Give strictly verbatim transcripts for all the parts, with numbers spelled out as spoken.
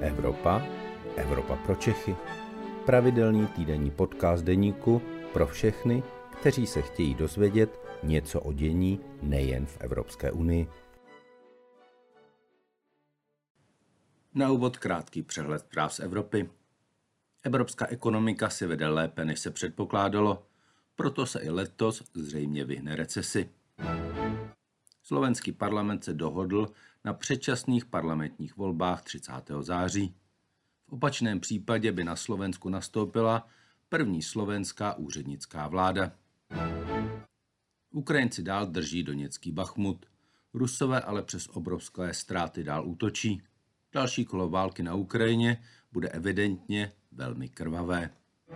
Evropa, Evropa pro Čechy. Pravidelný týdenní podcast deníku pro všechny, kteří se chtějí dozvědět něco o dění nejen v Evropské unii. Na úvod krátký přehled zpráv z Evropy. Evropská ekonomika si vede lépe, než se předpokládalo, proto se i letos zřejmě vyhne recesi. Slovenský parlament se dohodl na předčasných parlamentních volbách třicátého září. V opačném případě by na Slovensku nastoupila první slovenská úřednická vláda. Ukrajinci dál drží Doněcký Bachmut, Rusové ale přes obrovské ztráty dál útočí. Další kolo války na Ukrajině bude evidentně velmi krvavé.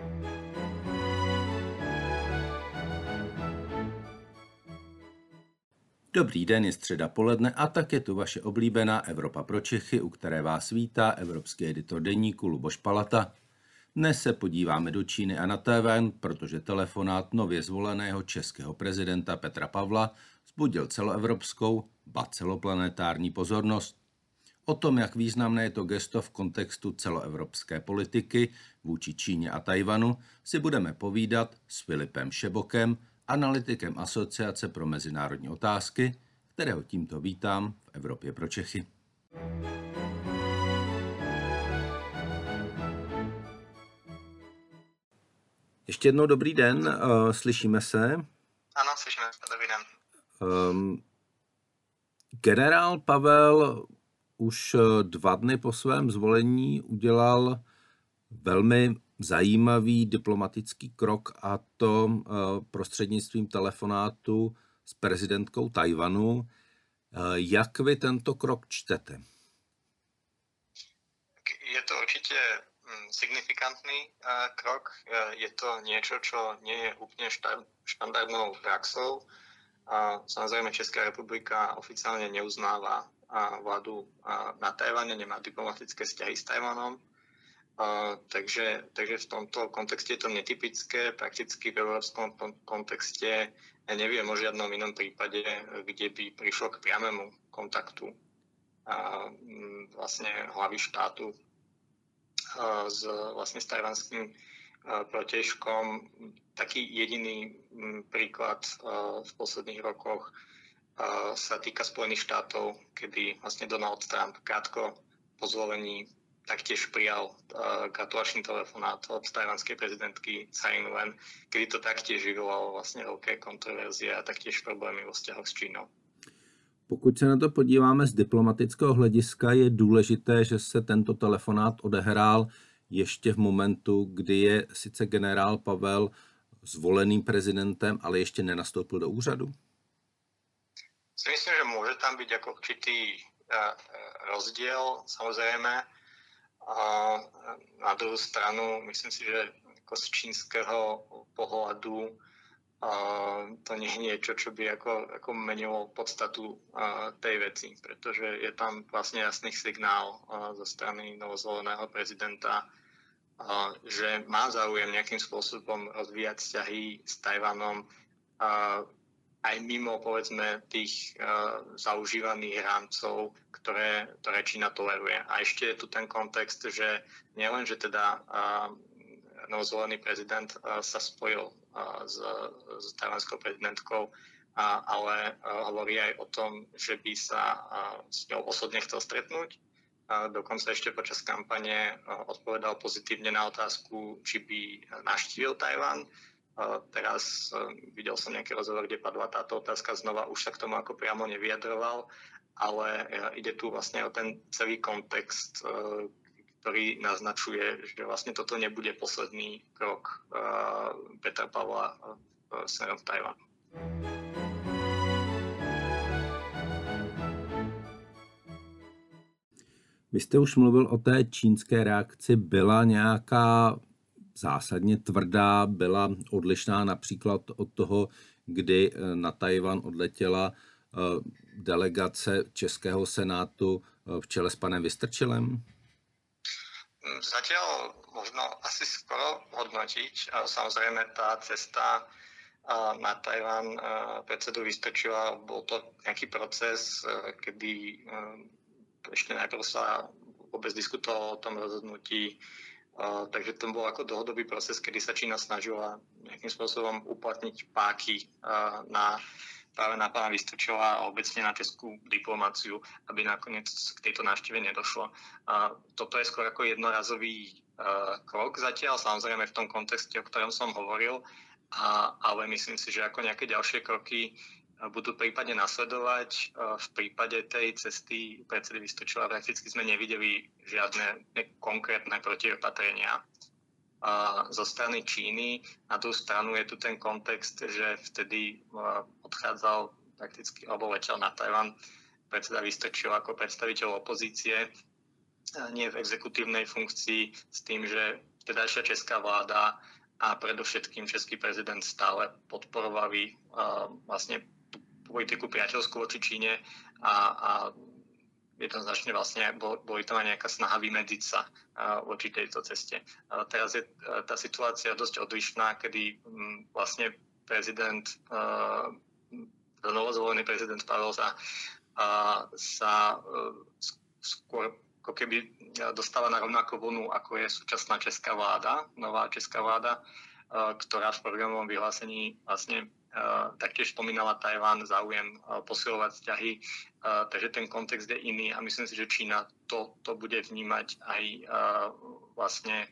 Dobrý den, je středa poledne a tak je tu vaše oblíbená Evropa pro Čechy, u které vás vítá evropský editor deníku Luboš Palata. Dnes se podíváme do Číny a na Tchaj-wan, protože telefonát nově zvoleného českého prezidenta Petra Pavla vzbudil celoevropskou, ba celoplanetární pozornost. O tom, jak významné je to gesto v kontextu celoevropské politiky vůči Číně a Tchaj-wanu, si budeme povídat s Filipem Šebokem, analytikem Asociace pro mezinárodní otázky, kterého tímto vítám v Evropě pro Čechy. Ještě jednou dobrý den, uh, slyšíme se? Ano, slyšíme se, dobrý den. Um, generál Pavel už dva dny po svém zvolení udělal velmi zajímavý diplomatický krok, a to uh, prostřednictvím telefonátu s prezidentkou Tchaj-wanu. Uh, jak vy tento krok čtete? Je to určite signifikantný uh, krok. Uh, je to niečo, čo nie je úplne štand- štandardnou praxou. Uh, samozrejme, Česká republika oficiálne neuznáva uh, vládu uh, na Tchaj-wane, nemá diplomatické vzťahy s Tchaj-wanom. Uh, takže, takže v tomto kontexte je to netypické. Prakticky v európskom kontexte neviem o žiadnom inom prípade, kde by prišlo k priamému kontaktu uh, vlastne hlavy štátu uh, s, vlastne s tajvanským uh, protežkom. Taký jediný um, príklad uh, v posledných rokoch uh, sa týka Spojených štátov, kedy vlastne Donald Trump krátko po zvolení taktiež prijal uh, gratulačný telefonát od tajvanskej prezidentky Tsai Ing-wen, kedy to taktiež vyvolalo vlastne veľké kontroverzie a taktiež problémy vo vzťahoch s Čínou. Pokud se na to podíváme z diplomatického hlediska, je důležité, že se tento telefonát odehrál ještě v momentu, kdy je sice generál Pavel zvoleným prezidentem, ale ještě nenastoupil do úřadu? Si myslím, že môže tam byť ako určitý uh, rozdiel, samozrejme. A na druhou stranu, myslím si, že ako z čínskeho pohľadu uh, to nie je niečo, čo by ako, ako menilo podstatu uh, tej veci, pretože je tam vlastne jasný signál uh, zo strany novozvoleného prezidenta, uh, že má záujem nejakým spôsobom rozvíjať vzťahy s Tchaj-wanom uh, aj mimo, povedzme, tých uh, zaužívaných rámcov, ktoré, ktoré Čína toleruje. A ešte je tu ten kontext, že nielen, že teda uh, novozvolený prezident uh, sa spojil uh, s, s tajvanskou prezidentkou, uh, ale uh, hovorí aj o tom, že by sa uh, s ňou osobne chcel stretnúť. Uh, dokonca ešte počas kampane uh, odpovedal pozitívne na otázku, či by navštívil Tchaj-wan. Uh, teraz uh, videl som nejaký rozhovor, kde padla táto otázka znova, už sa k tomu ako priamo nevyjadroval, ale uh, ide tu vlastne o ten celý kontext, uh, ktorý naznačuje, že vlastne toto nebude posledný krok uh, Petra Pavla uh, smerom v Tchaj-wan. Vy jste už mluvil o té čínské reakci. Byla nějaká zásadně tvrdá, byla odlišná například od toho, kdy na Tchaj-wan odletěla delegace Českého senátu v čele s panem Vystrčilem? Zatiaľ možno asi skoro hodnotiť. Samozrejme tá cesta na Tchaj-wan predsedu Vystrčila, bol to nejaký proces, kedy ešte najprv sa vôbec diskutovalo o tom rozhodnutí. Uh, takže to bol ako dlhodobý proces, kedy sa Čína snažila nejakým spôsobom uplatniť páky uh, na, práve na pána Vystrčila a obecne na českú diplomáciu, aby nakoniec k tejto návšteve nedošlo. Uh, toto je skôr ako jednorazový uh, krok zatiaľ, samozrejme v tom kontexte, o ktorom som hovoril, a, ale myslím si, že ako nejaké ďalšie kroky budú prípadne nasledovať. V prípade tej cesty predsedy Vystrčila prakticky sme nevideli žiadne konkrétne protiopatrenia zo strany Číny. Na tú stranu je tu ten kontext, že vtedy odchádzal prakticky, alebo letel na Tajvan predseda Vystrčil ako predstaviteľ opozície, nie v exekutívnej funkcii, s tým, že vtedajšia česká vláda a predovšetkým český prezident stále podporovali vlastne politiku priateľskú voči Číne a, a jednoznačne vlastne boli tam aj nejaká snaha vymedziť sa voči tejto ceste. A teraz je tá situácia dosť odlišná, kedy vlastne prezident, novozvolený prezident Pavel sa, sa skôr ako keby dostáva na rovnakú vlnu, ako je súčasná česká vláda, nová česká vláda, ktorá v programovom vyhlásení vlastne Uh, taktiež spomínala Tajván, záujem uh, posilovať vzťahy, uh, takže ten kontext je iný a myslím si, že Čína to, to bude vnímať aj uh, vlastne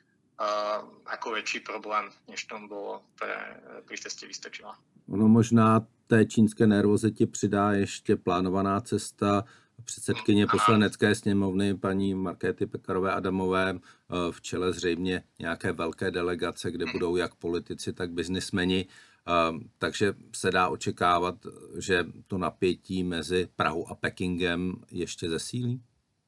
uh, ako väčší problém, než tom bolo pre, pri ceste Vystrčila. Ono možná té čínské nervozitě přidá ještě plánovaná cesta předsedkyně poslanecké sněmovny paní Markéty Pekarové Adamové v čele zřejmě nějaké velké delegace, kde budou jak politici, tak biznismeni. Takže se dá očekávat, že to napětí mezi Prahou a Pekingem ještě zesílí?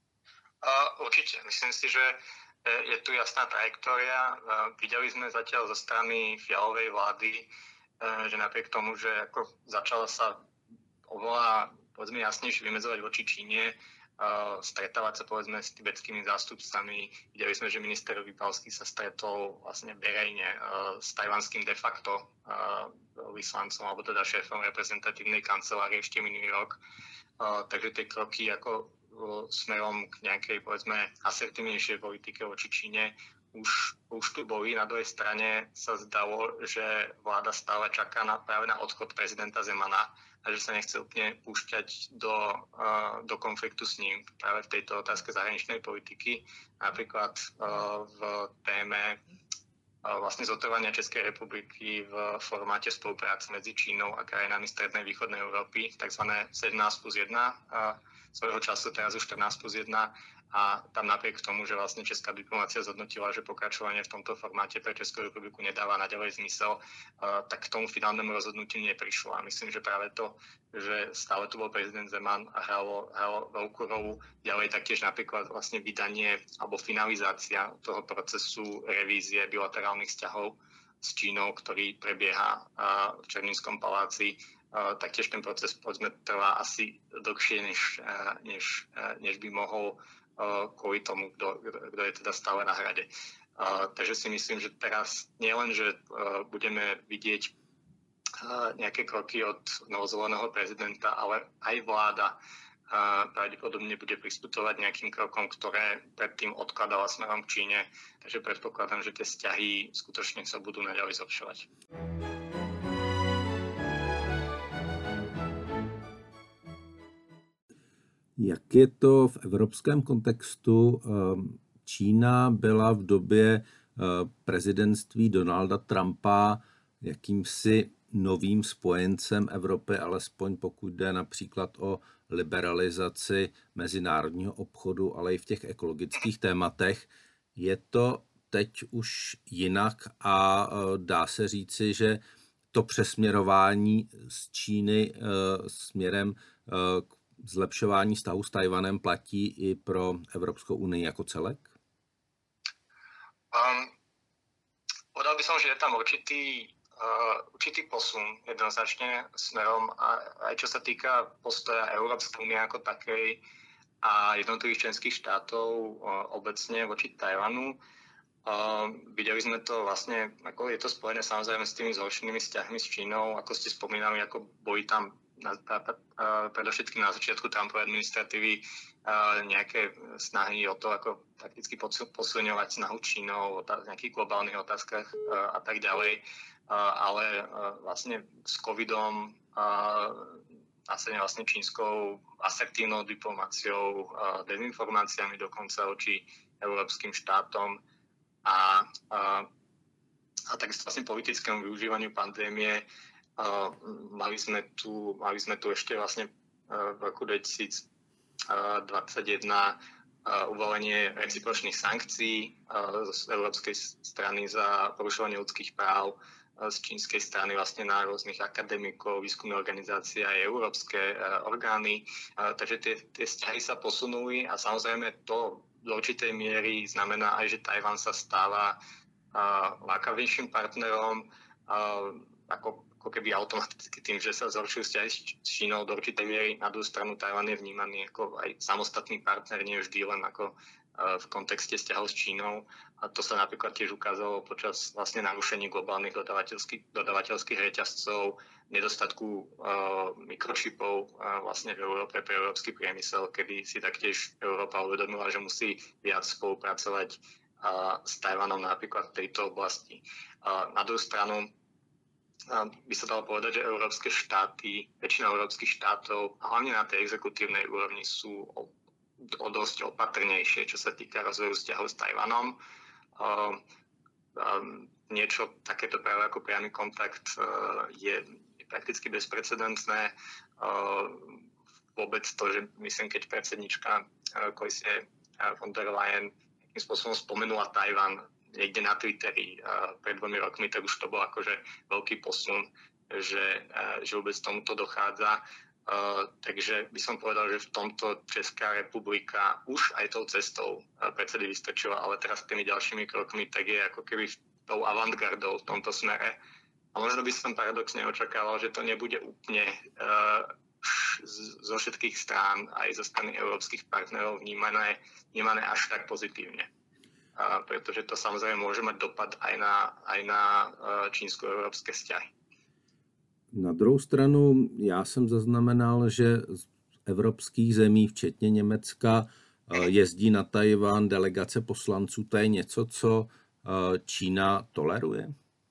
Určite. Myslím si, že je tu jasná trajektória. Videli sme zatiaľ zo strany Fialovej vlády, že napriek tomu, že ako začala sa oveľa povedzme jasnejšie vymedzovať voči Číne, stretávať sa povedzme s tibetskými zástupcami. Videli sme, že minister Vypalský sa stretol vlastne verejne s tajvanským de facto vyslancom alebo teda šéfom reprezentatívnej kancelárie ešte minulý rok. Takže tie kroky ako smerom k nejakej povedzme asertívnejšej politike voči Číne už, už tu boli. Na druhej strane sa zdalo, že vláda stále čaká na, práve na odchod prezidenta Zemana a že sa nechce úplne púšťať do, uh, do konfliktu s ním práve v tejto otázke zahraničnej politiky. Napríklad uh, v téme uh, vlastne zotrvania Českej republiky v formáte spolupráce medzi Čínou a krajinami strednej východnej Európy, takzvané sedemnásť plus jeden, uh, svojho času teraz už štrnásť plus jeden, a tam napriek tomu, že vlastne česká diplomácia zhodnotila, že pokračovanie v tomto formáte pre Českú republiku nedáva naďalej zmysel, tak k tomu finálnemu rozhodnutiu neprišlo. A myslím, že práve to, že stále tu bol prezident Zeman a hralo, hralo veľkú rolu, ďalej taktiež napríklad vlastne vydanie alebo finalizácia toho procesu revízie bilaterálnych vzťahov s Čínou, ktorý prebieha v Černínskом paláci. Taktiež ten proces povedzme trvá asi dlhšie, než, než, než by mohol kvôli tomu, kto, kto je teda stále na hrade. Uh, takže si myslím, že teraz nielen, že uh, budeme vidieť uh, nejaké kroky od novozvoleného prezidenta, ale aj vláda uh, pravdepodobne bude pristupovať nejakým krokom, ktoré predtým odkladala smerom k Číne. Takže predpokladám, že tie vzťahy skutočne sa budú naďalej zlepšovať. Jak je to v evropském kontextu? Čína byla v době prezidentství Donalda Trumpa jakýmsi novým spojencem Evropy, alespoň pokud jde například o liberalizaci mezinárodního obchodu, ale i v těch ekologických tématech. Je to teď už jinak a dá se říci, že to přesměrování z Číny směrem k zlepšování vztahu s Tajvanem platí i pro Evropskou unii jako celek? Um, povedal by som, že je tam určitý, uh, určitý posun jednoznačne smerom, a, aj čo sa týka postoja Európskej únie ako takej a jednotlivých členských štátov uh, obecne voči Tajvanu. Uh, videli sme to vlastne, ako je to spojené samozrejme s tými zhoršenými vzťahmi s Čínou, ako ste spomínali, ako boli tam na, a, a, predovšetkým na začiatku Trumpovej administratívy uh, nejaké snahy o to, ako takticky posilňovať snahu Čínou v nejakých globálnych otázkach uh, a tak ďalej. Uh, ale uh, vlastne s covidom uh, následne vlastne čínskou asertívnou diplomáciou, uh, dezinformáciami dokonca voči európskym štátom a, a, a takisto vlastne politickému využívaniu pandémie. Uh, mali, sme tu, mali sme tu ešte vlastne uh, v roku dvetisícdvadsaťjeden uh, uvalenie recipročných sankcií uh, z európskej strany za porušovanie ľudských práv, uh, z čínskej strany vlastne na rôznych akademikov, výskumné organizácie aj európske uh, orgány. Uh, takže tie, tie vzťahy sa posunuli a samozrejme to do určitej miery znamená aj, že Tajvan sa stáva uh, lákavejším partnerom, uh, ako, ako keby automaticky tým, že sa zhoršujú vzťahy s Čínou do určitej miery. Na druhú stranu Tajvan je vnímaný ako aj samostatný partner, nie vždy len ako uh, v kontexte vzťahov s Čínou. A to sa napríklad tiež ukázalo počas vlastne narušení globálnych dodavateľských, dodavateľských reťazcov, nedostatku uh, mikročipov uh, vlastne v Európe pre európsky priemysel, kedy si taktiež Európa uvedomila, že musí viac spolupracovať uh, s Tajvanom napríklad v tejto oblasti. Uh, na druhú stranu uh, by sa dalo povedať, že európske štáty, väčšina európskych štátov, hlavne na tej exekutívnej úrovni, sú o, o dosť opatrnejšie, čo sa týka rozvoju vzťahov s Tajvanom. Uh, um, niečo takéto práve ako priamy kontakt uh, je prakticky bezprecedentné. Vôbec to, že myslím, keď predsednička Komisie von der Leyen nejakým spôsobom spomenula Tajvan niekde na Twitteri pred dvomi rokmi, tak už to bol akože veľký posun, že, že vôbec tomuto dochádza. Takže by som povedal, že v tomto Česká republika už aj tou cestou predsedy Vystrčila, ale teraz tými ďalšími krokmi tak je ako keby tou avantgardou v tomto smere. A možno by som paradoxne očakával, že to nebude úplne uh, zo všetkých strán, aj zo strany európskych partnerov vnímané, vnímané až tak pozitívne. Uh, pretože to samozrejme môže mať dopad aj na, aj na uh, čínsko-európske vzťahy. Na druhou stranu já jsem zaznamenal, že z evropských zemí, včetně Německa, jezdí na Tajvan delegace poslanců. To je něco, co Čína toleruje?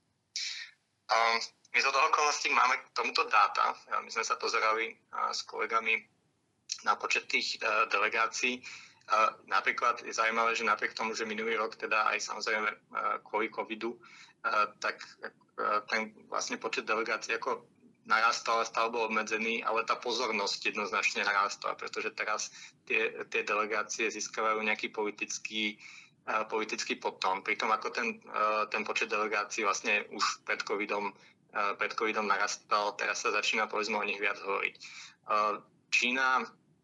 Um, my to do okolností máme k tomuto dáta. My sme sa pozerali uh, s kolegami na počet tých uh, delegácií. Uh, napríklad je zaujímavé, že napriek tomu, že minulý rok teda aj samozrejme uh, kvôli covidu, uh, tak uh, ten vlastne počet delegácií ako narastal a stále bol obmedzený, ale tá pozornosť jednoznačne narastla, pretože teraz tie, tie delegácie získavajú nejaký politický politický potom. Pritom ako ten, ten počet delegácií vlastne už pred covidom, pred covidom narastal, teraz sa začína povedzme o nich viac hovoriť. Čína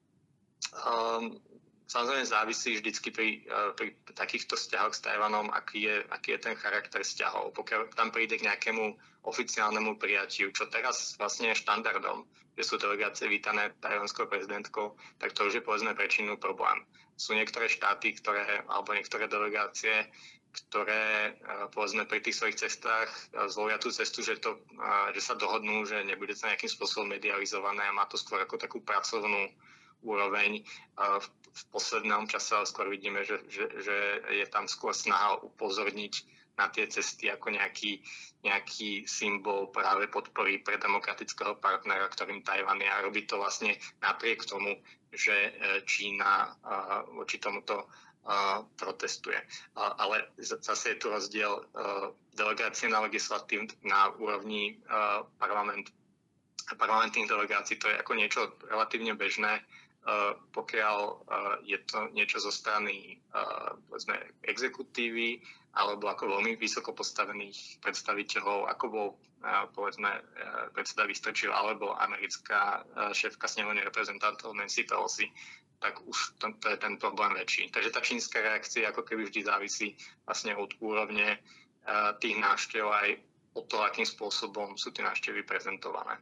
um, samozrejme závisí vždycky pri, pri takýchto vzťahoch s Tajvanom, aký je, aký je ten charakter vzťahov. Pokiaľ tam príde k nejakému oficiálnemu prijatiu, čo teraz vlastne je štandardom, že sú delegácie vítané tajvanskou prezidentkou, tak to už je povedzme pre Čínu problém. Sú niektoré štáty, ktoré, alebo niektoré delegácie, ktoré povedzme pri tých svojich cestách zvolia tú cestu, že, to, že sa dohodnú, že nebude to nejakým spôsobom medializované a má to skôr ako takú pracovnú úroveň. V poslednom čase ale skôr vidíme, že, že, že je tam skôr snaha upozorniť na tie cesty ako nejaký, nejaký symbol práve podpory pre demokratického partnera, ktorým Tajvan je, a robí to vlastne napriek tomu, že Čína voči tomuto protestuje. Ale zase je tu rozdiel delegácie na legislatív na úrovni parlament, parlamentných delegácií. To je ako niečo relatívne bežné, pokiaľ je to niečo zo strany povedzme exekutívy alebo ako veľmi vysoko postavených predstaviteľov, ako bol povedzme predseda Vystrčil alebo americká šéfka snemovne reprezentantov Nancy Pelosi, tak už to, to je ten problém väčší. Takže tá čínska reakcia ako keby vždy závisí vlastne od úrovne tých návštev aj od toho, akým spôsobom sú tie návštevy prezentované.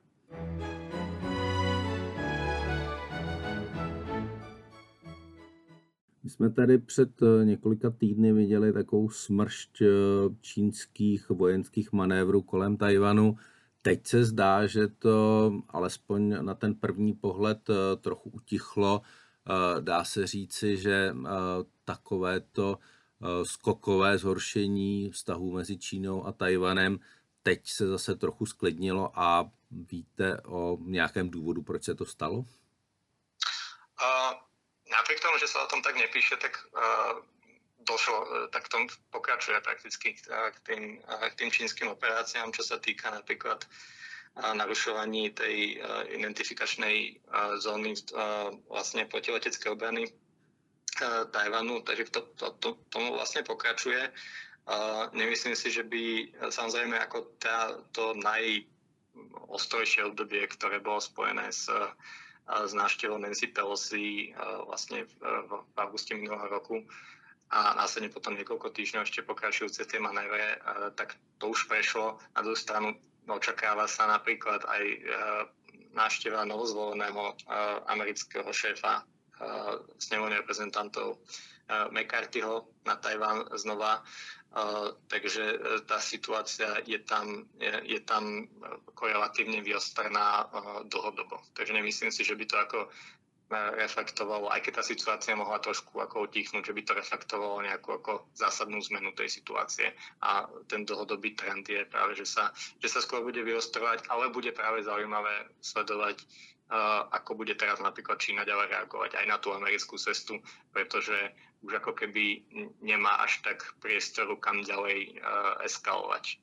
My jsme tady před několika týdny viděli takovou smršť čínských vojenských manévrů kolem Tchaj-wanu. Teď se zdá, že to alespoň na ten první pohled trochu utichlo. Dá se říci, že takovéto skokové zhoršení vztahů mezi Čínou a Tchaj-wanem teď se zase trochu sklidnilo a víte o nějakém důvodu, proč se to stalo? Uh, napriek tomu, že sa o tom tak nepíše, tak uh, došlo, tak tom pokračuje prakticky k tým, k tým čínskym operáciám, čo sa týka napríklad narušovaní tej identifikačnej zóny vlastne protileteckej obrany Tajvanu, takže to, to, to, tomu vlastne pokračuje. Nemyslím si, že by samozrejme ako tá, to najostrejšie obdobie, ktoré bolo spojené s, s návštevou Nancy Pelosi vlastne v, v auguste minulého roku a následne potom niekoľko týždňov ešte pokračujúce tie manévre, tak to už prešlo. Na druhú stranu očakáva sa napríklad aj návšteva novozvoleného amerického šéfa snemovne reprezentantov McCarthyho na Tajván znova. Takže tá situácia je tam, je, je tam relatívne vyostrená dlhodobo. Takže nemyslím si, že by to ako reflektovalo, aj keď tá situácia mohla trošku ako utichnúť, že by to reflektovalo nejakú ako zásadnú zmenu tej situácie. A ten dlhodobý trend je práve, že sa, že sa skôr bude vyostrovať, ale bude práve zaujímavé sledovať, uh, ako bude teraz napríklad Čína ďalej reagovať aj na tú americkú cestu, pretože už ako keby nemá až tak priestoru, kam ďalej uh, eskalovať.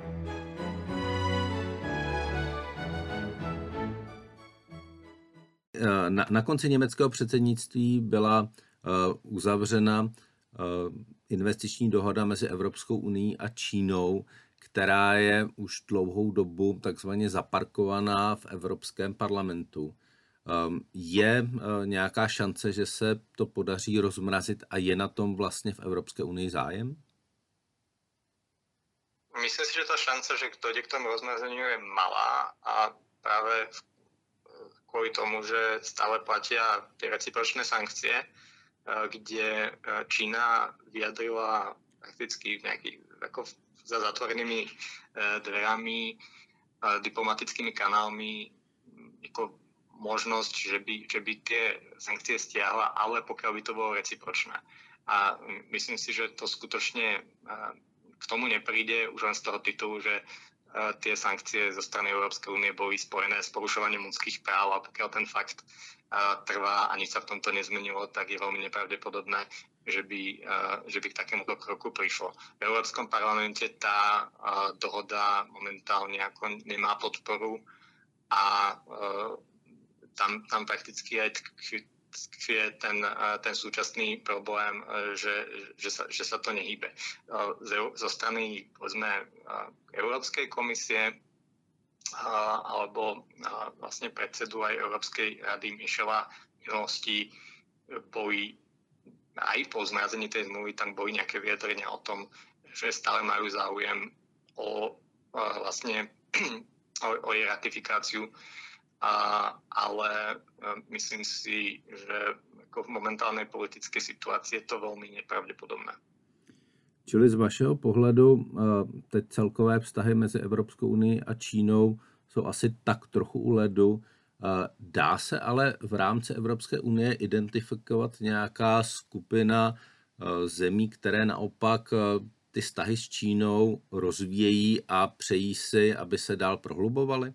Na, na konci německého předsednictví byla uh, uzavřena uh, investiční dohoda mezi Evropskou unií a Čínou, která je už dlouhou dobu takzvaně zaparkovaná v Evropském parlamentu. Um, je uh, nějaká šance, že se to podaří rozmrazit a je na tom vlastně v Evropské unii zájem? Myslím si, že ta šance, že dojde k tomu rozmrazení, je malá a právě v kvôli tomu, že stále platia tie recipročné sankcie, kde Čína vyjadrila prakticky nejaký, ako za zatvorenými dverami, diplomatickými kanálmi ako možnosť, že by, že by tie sankcie stiahla, ale pokiaľ by to bolo recipročné. A myslím si, že to skutočne k tomu nepríde už len z toho titulu, že tie sankcie zo strany Európskej únie boli spojené s porušovaním ľudských práv a pokiaľ ten fakt uh, trvá a nič sa v tomto nezmenilo, tak je veľmi nepravdepodobné, že by, uh, že by k takémuto kroku prišlo. V Európskom parlamente tá uh, dohoda momentálne ako nemá podporu a uh, tam, tam prakticky aj tkvie ten, ten súčasný problém, že, že, sa, že sa to nehýbe. Zo strany povedzme, Európskej komisie alebo vlastne predsedu aj Európskej rady Michela v minulosti boli aj po zmrazení tej zmluvy tam boli nejaké vyjadrenia o tom, že stále majú záujem o vlastne o, o jej ratifikáciu. A, ale myslím si, že jako v momentálnej politické situaci je to velmi nepravděpodobné. Čili z vašeho pohledu teď celkové vztahy mezi Evropskou unii a Čínou jsou asi tak trochu u ledu. Dá se ale v rámci Evropské unie identifikovat nějaká skupina zemí, které naopak ty vztahy s Čínou rozvíjejí a přejí si, aby se dál prohlubovaly?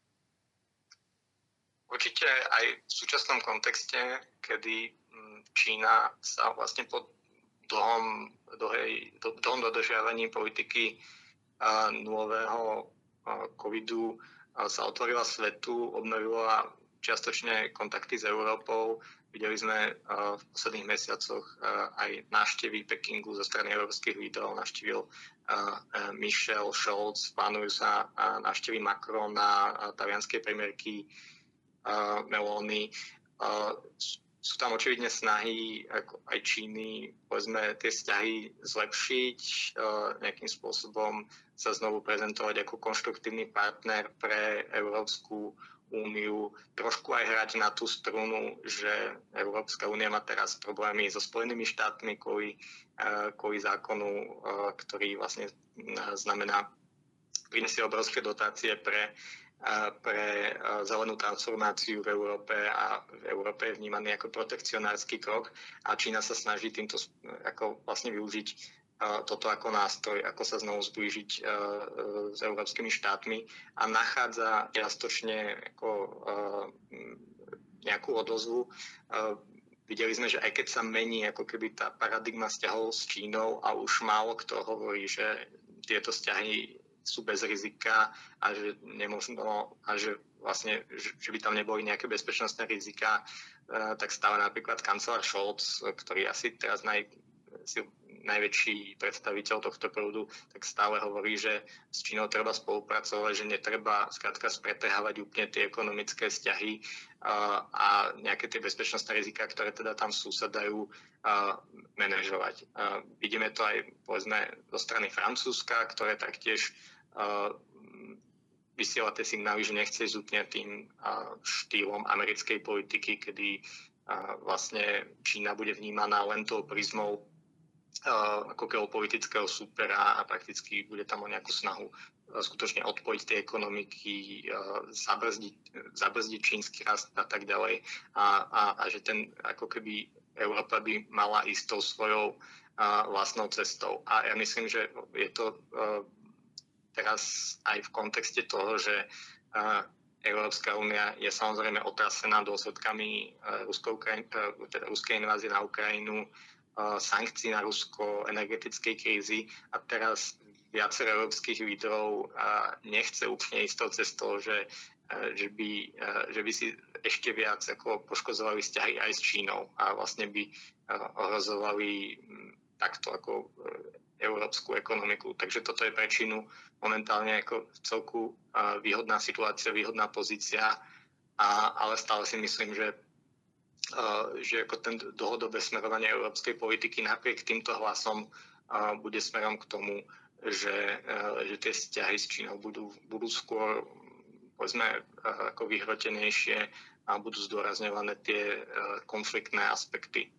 Určite aj v súčasnom kontexte, kedy Čína sa vlastne po dlhom, dlhej, dlhom dodržiavaní politiky nulového covidu sa otvorila svetu, obnovila čiastočne kontakty s Európou. Videli sme v posledných mesiacoch aj návštevy Pekingu zo strany európskych lídrov. Navštívil Michel Scholz, plánujú sa návštevy Macrona, talianskej premiérky Meloni. Sú tam očividne snahy ako aj Číny, povedzme, tie vzťahy zlepšiť, nejakým spôsobom sa znovu prezentovať ako konštruktívny partner pre Európsku úniu trošku aj hrať na tú strunu, že Európska únia má teraz problémy so Spojenými štátmi kvôli, kvôli zákonu, ktorý vlastne znamená, prinesie obrovské dotácie pre, pre zelenú transformáciu v Európe a v Európe je vnímaný ako protekcionársky krok a Čína sa snaží týmto ako vlastne využiť toto ako nástroj, ako sa znovu zblížiť uh, s európskymi štátmi a nachádza čiastočne ako uh, nejakú odozvu. Uh, videli sme, že aj keď sa mení ako keby tá paradigma vzťahov s Čínou a už málo kto hovorí, že tieto vzťahy sú bez rizika a že nemožno, a že vlastne, že by tam neboli nejaké bezpečnostné rizika, uh, tak stále napríklad kancelár Scholz, ktorý asi teraz naj najväčší predstaviteľ tohto prúdu, tak stále hovorí, že s Čínou treba spolupracovať, že netreba skrátka spretehávať úplne tie ekonomické vzťahy a, a nejaké tie bezpečnostné riziká, ktoré teda tam sú, sa dajú manažovať. A vidíme to aj, povedzme, zo strany Francúzska, ktoré taktiež a, vysiela tie signály, že nechce ísť úplne tým a, štýlom americkej politiky, kedy a, vlastne Čína bude vnímaná len tou prizmou ako geopolitického súpera a prakticky bude tam o nejakú snahu skutočne odpojiť tie ekonomiky, zabrzdiť, zabrzdiť čínsky rast a tak ďalej. A, a, a že ten, ako keby Európa by mala ísť tou svojou a, vlastnou cestou. A ja myslím, že je to a, teraz aj v kontexte toho, že a, Európska únia je samozrejme otrasená dôsledkami teda ruskej invázie na Ukrajinu, sankcií na Rusko, energetickej krízy a teraz viacero európskych lídrov nechce úplne ísť tou cestou, že, že, by, že by si ešte viac ako poškozovali vzťahy aj s Čínou a vlastne by ohrozovali takto ako európsku ekonomiku. Takže toto je pre Čínu momentálne ako v celku výhodná situácia, výhodná pozícia, a, ale stále si myslím, že Uh, že ako ten dlhodobé smerovanie európskej politiky napriek týmto hlasom uh, bude smerom k tomu, že, uh, že tie vzťahy s Čínou budú, budú skôr, povedzme, uh, ako vyhrotenejšie a budú zdôrazňované tie uh, konfliktné aspekty.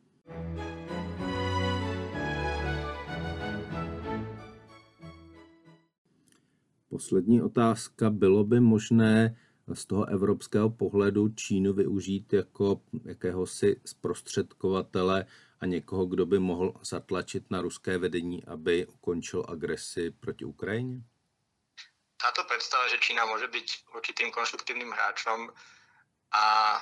Poslední otázka. Bylo by možné z toho evropského pohledu Čínu využít jako jakéhosi zprostředkovatele a někoho, kdo by mohl zatlačit na ruské vedení, aby ukončil agresi proti Ukrajině? Táto predstava, že Čína môže byť určitým konštruktívnym hráčom a, a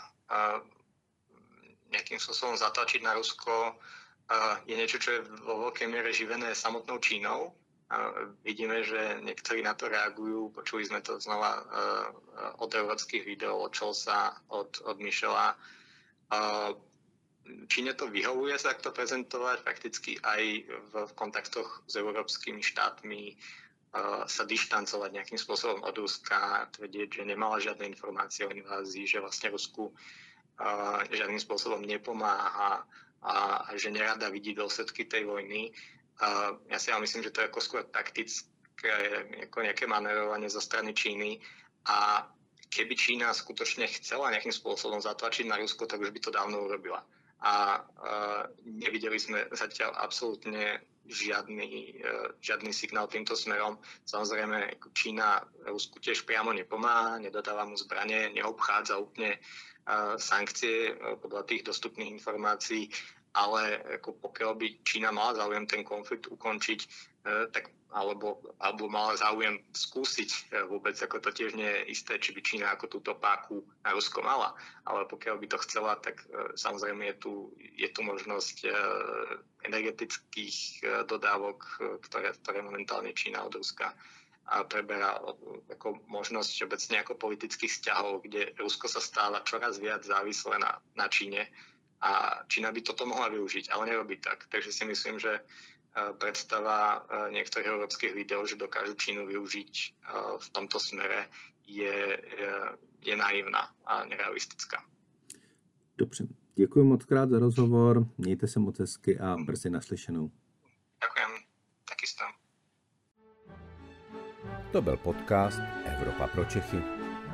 nejakým spôsobom zatlačiť na Rusko, je niečo, čo je vo veľkej miere živené samotnou Čínou. A vidíme, že niektorí na to reagujú. Počuli sme to znova uh, od európskych videó, od Scholza, od, od Michela. Uh, Číne to vyhovuje sa takto prezentovať, prakticky aj v, v kontaktoch s európskymi štátmi uh, sa dištancovať nejakým spôsobom od Ruska, tvrdieť, že nemala žiadne informácie o invázii, že vlastne Rusku uh, žiadnym spôsobom nepomáha a, a že nerada vidí dôsledky tej vojny. Uh, ja si ale myslím, že to je ako skôr taktické, ako nejaké manérovanie zo strany Číny a keby Čína skutočne chcela nejakým spôsobom zatlačiť na Rusko, tak už by to dávno urobila. A uh, nevideli sme zatiaľ absolútne žiadny, uh, žiadny signál týmto smerom. Samozrejme, Čína Rusku tiež priamo nepomáha, nedodáva mu zbranie, neobchádza úplne uh, sankcie uh, podľa tých dostupných informácií, ale ako pokiaľ by Čína mala záujem ten konflikt ukončiť, tak, alebo, alebo mala záujem skúsiť vôbec, ako to tiež nie je isté, či by Čína ako túto páku na Rusko mala, ale pokiaľ by to chcela, tak samozrejme je tu, je tu možnosť energetických dodávok, ktoré, ktoré momentálne Čína od Ruska a preberá ako možnosť obecne ako politických vzťahov, kde Rusko sa stáva čoraz viac závislé na, na Číne. A Čína by toto mohla využiť, ale nerobí tak. Takže si myslím, že predstava niektorých európskych lídrov, že dokážu Čínu využiť v tomto smere, je, je naivná a nerealistická. Dobře, děkuji moc krát za rozhovor, mějte se moc hezky a brzy naslyšenou. Ďakujem, takisto. To byl podcast Evropa pro Čechy.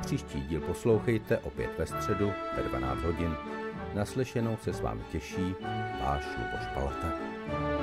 Příští díl poslouchejte opět ve středu ve dvanáct hodin. Naslyšenou se s vámi těší váš Luboš Palata.